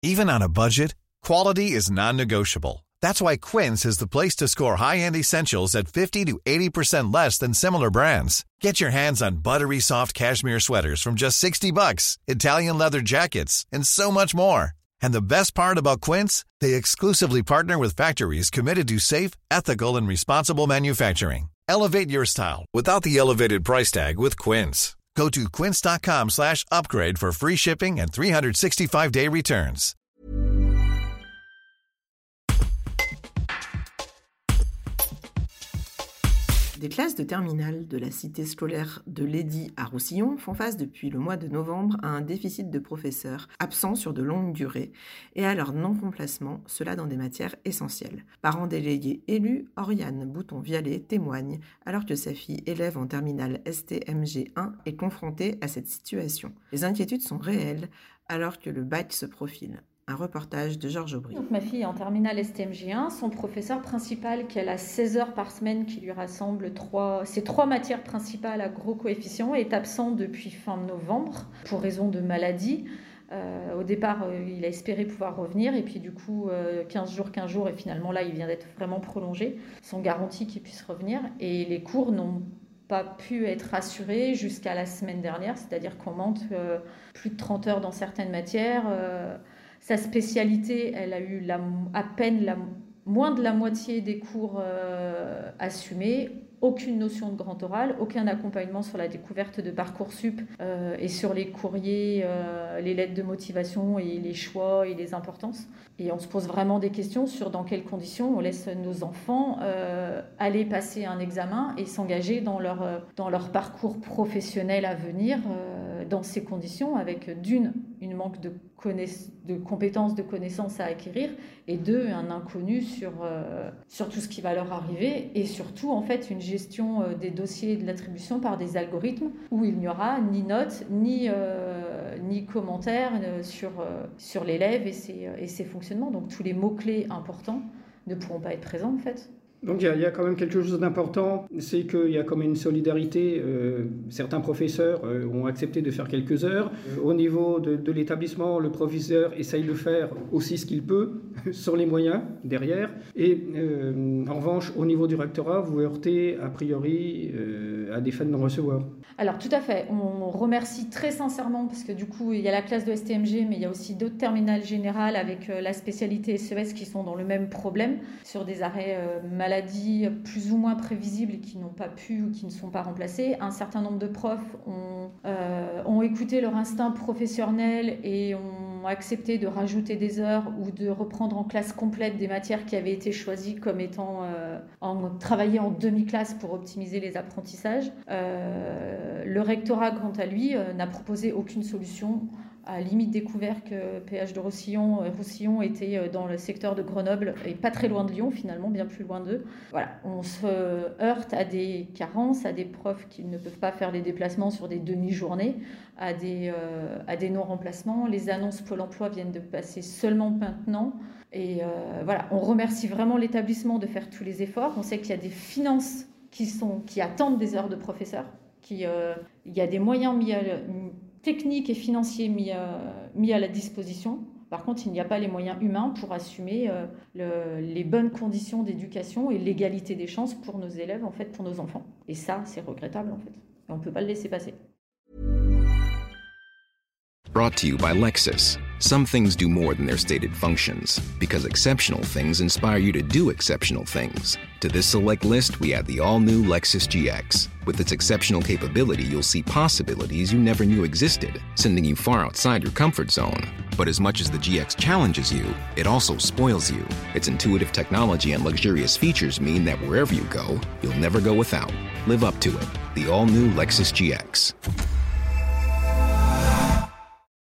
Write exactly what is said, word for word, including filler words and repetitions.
Even on a budget, quality is non-negotiable. That's why Quince is the place to score high-end essentials at fifty to eighty percent less than similar brands. Get your hands on buttery soft cashmere sweaters from just sixty bucks, Italian leather jackets, and so much more. And the best part about Quince, they exclusively partner with factories committed to safe, ethical, and responsible manufacturing. Elevate your style without the elevated price tag with Quince. Go to quince.com slash upgrade for free shipping and three sixty-five day returns. Des classes de terminale de la cité scolaire de Lédy à Roussillon font face depuis le mois de novembre à un déficit de professeurs absents sur de longues durées et à leur non-remplacement, cela dans des matières essentielles. Parents délégués élus, Oriane Bouton-Vialet témoigne alors que sa fille, élève en terminale S T M G un, est confrontée à cette situation. Les inquiétudes sont réelles alors que le bac se profile. Un reportage de Georges Aubry. Donc, ma fille est en terminale S T M G un. Son professeur principal, qui a seize heures par semaine, qui lui rassemble trois, ses trois matières principales à gros coefficients, est absent depuis fin novembre pour raison de maladie. Euh, au départ, euh, il a espéré pouvoir revenir et puis du coup, euh, quinze jours, quinze jours et finalement là, il vient d'être vraiment prolongé. Ils sont garantis qu'il puisse revenir et les cours n'ont pas pu être assurés jusqu'à la semaine dernière, c'est-à-dire qu'on manque euh, plus de trente heures dans certaines matières. Euh, Sa spécialité, elle a eu la, à peine la, moins de la moitié des cours euh, assumés, aucune notion de grand oral, aucun accompagnement sur la découverte de Parcoursup euh, et sur les courriers, euh, les lettres de motivation et les choix et les importances. Et on se pose vraiment des questions sur dans quelles conditions on laisse nos enfants euh, aller passer un examen et s'engager dans leur, euh, dans leur parcours professionnel à venir euh, dans ces conditions, avec d'une, une manque de, connaiss- de compétences, de connaissances à acquérir, et deux, un inconnu sur, euh, sur tout ce qui va leur arriver, et surtout en fait une gestion euh, des dossiers et de l'attribution par des algorithmes où il n'y aura ni notes, ni, euh, ni commentaires euh, sur, euh, sur l'élève et ses, et ses fonctionnements. Donc tous les mots-clés importants ne pourront pas être présents en fait. Donc il y, y a quand même quelque chose d'important, c'est qu'il y a quand même une solidarité. Euh, certains professeurs euh, ont accepté de faire quelques heures. Euh, au niveau de, de l'établissement, le proviseur essaye de faire aussi ce qu'il peut, sur les moyens derrière. Et euh, en revanche, au niveau du rectorat, vous heurtez a priori euh, à des fins de non-recevoir. Alors tout à fait, on remercie très sincèrement parce que du coup il y a la classe de S T M G mais il y a aussi d'autres terminales générales avec la spécialité S E S qui sont dans le même problème sur des arrêts euh, maladie plus ou moins prévisibles et qui n'ont pas pu ou qui ne sont pas remplacés. Un certain nombre de profs ont, euh, ont écouté leur instinct professionnel et ont accepté de rajouter des heures ou de reprendre en classe complète des matières qui avaient été choisies comme étant euh, en travailler en demi-classe pour optimiser les apprentissages. Euh, Le rectorat, quant à lui, euh, n'a proposé aucune solution. À limite découvert que P H de Roussillon, euh, Roussillon était euh, dans le secteur de Grenoble et pas très loin de Lyon, finalement, bien plus loin d'eux. Voilà, on se heurte à des carences, à des profs qui ne peuvent pas faire des déplacements sur des demi-journées, à des, euh, à des non-remplacements. Les annonces Pôle emploi viennent de passer seulement maintenant. Et euh, voilà, on remercie vraiment l'établissement de faire tous les efforts. On sait qu'il y a des finances qui, sont, qui attendent des heures de professeurs. Qui, euh, il y a des moyens mis à, techniques et financiers mis à, mis à la disposition. Par contre, il n'y a pas les moyens humains pour assumer euh, le, les bonnes conditions d'éducation et l'égalité des chances pour nos élèves, en fait, pour nos enfants. Et ça, c'est regrettable, en fait. Et on ne peut pas le laisser passer. Brought to you by Lexus. Some things do more than their stated functions, because exceptional things inspire you to do exceptional things. To this select list, we add the all-new Lexus G X. With its exceptional capability, you'll see possibilities you never knew existed, sending you far outside your comfort zone. But as much as the G X challenges you, it also spoils you. Its intuitive technology and luxurious features mean that wherever you go, you'll never go without. Live up to it. The all-new Lexus G X.